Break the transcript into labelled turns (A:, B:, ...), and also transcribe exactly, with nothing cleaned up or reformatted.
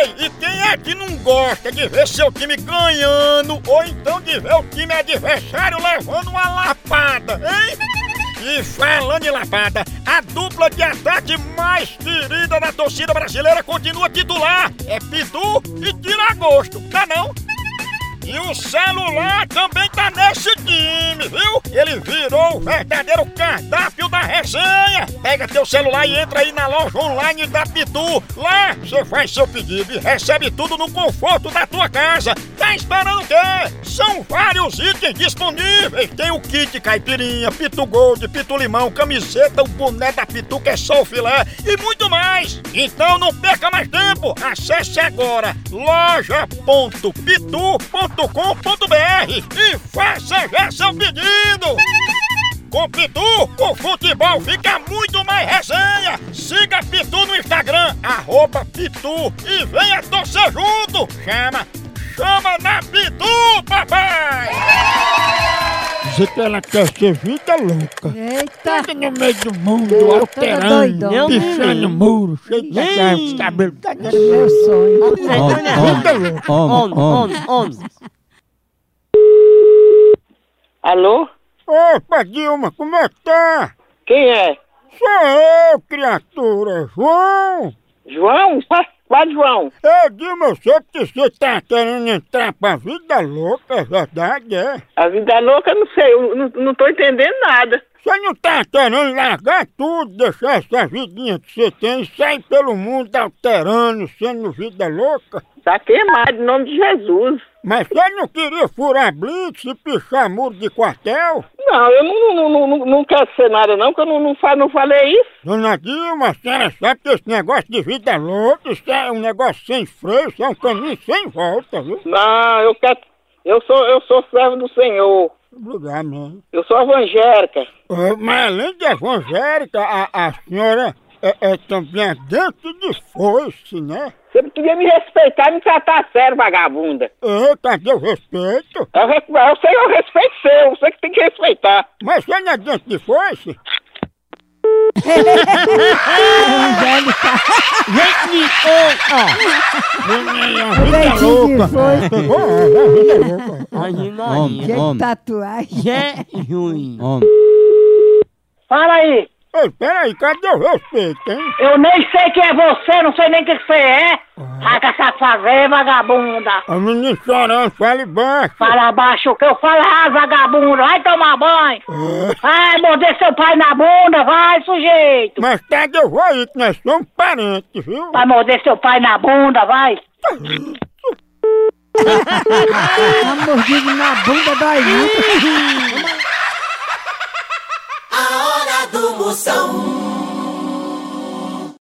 A: Ei, e quem é que não gosta de ver seu time ganhando ou então de ver o time adversário levando uma lapada, hein? E falando em lapada, a dupla de ataque mais querida da torcida brasileira continua titular. É Pitu e Tiragosto, tá não? E o celular também tá nesse time, viu? Ele virou o verdadeiro cardápio da resenha. Pega teu celular e entra aí na loja online da Pitu. Lá você faz seu pedido e recebe tudo no conforto da tua casa. Tá esperando o quê? São vários itens disponíveis. Tem o kit caipirinha, Pitu Gold, Pitu Limão, camiseta, o boné da Pitu que é só o filé e muito mais. Então não perca mais tempo. Acesse agora loja ponto pitu ponto com ponto br e faça já seu pedido! Com Pitu, o futebol fica muito mais resenha! Siga Pitu no Instagram, arroba Pitu e venha torcer junto! Chama! Chama na Pitu, papai! Dizer que ela quer ser vida louca.
B: Eita!
A: Fica no meio do mundo, alterando, pichando muro, cheio de cabelo.
B: Meu sonho.
A: Vida louca.
C: Homem, homem, homem.
D: Alô?
A: Opa, Dilma, como é que tá?
D: Quem é?
A: Sou eu, criatura, João!
D: João? Qual João?
A: Ei, Dilma, eu sei que você tá querendo entrar pra vida louca, é verdade, é?
D: A vida louca, não sei, eu não, não tô entendendo nada.
A: Você não tá querendo largar tudo, deixar essa vidinha que você tem e sair pelo mundo alterando, sendo vida louca?
D: Tá queimado, em nome de Jesus.
A: Mas você não queria furar blitz e pichar muro de quartel?
D: Não, eu não, não, não, não, não quero ser nada não, porque eu não, não, fa- não falei isso.
A: Dona Dilma, a senhora sabe que esse negócio de vida louca, isso é um negócio sem freio, isso é um caminho sem volta, viu?
D: Não, eu quero... Eu sou, eu sou servo do Senhor.
A: Obrigado, mesmo.
D: Eu sou evangélica.
A: É, mas além de evangélica, a, a senhora é, é também dentro de foice, né?
D: Você podia me respeitar e me tratar sério, vagabunda.
A: É, cadê o respeito?
D: Eu, re- eu sei, eu respeito seu, você que tem que respeitar.
A: Mas você não é dentro de foice?
C: Gente, ó,
A: Vida louca! Vida louca!
C: ó. Aí,
B: Gente,
C: Maria.
B: tatuagem.
C: Gente, ruim.
D: Fala aí.
A: Ei, peraí, cadê o respeito, hein?
D: Eu nem sei quem é você, não sei nem quem que você é. Raga safadeza, vagabunda.
A: A menina chorando, fale baixo.
D: Fala abaixo o que eu falo, ah, vagabunda, vai tomar banho. Vai morder seu pai na bunda, vai, sujeito.
A: Mas cadê eu vou aí, que nós somos parentes, viu?
D: Vai morder seu pai na bunda, vai.
B: Tá mordido na bunda dói muito.
E: A hora do Moção.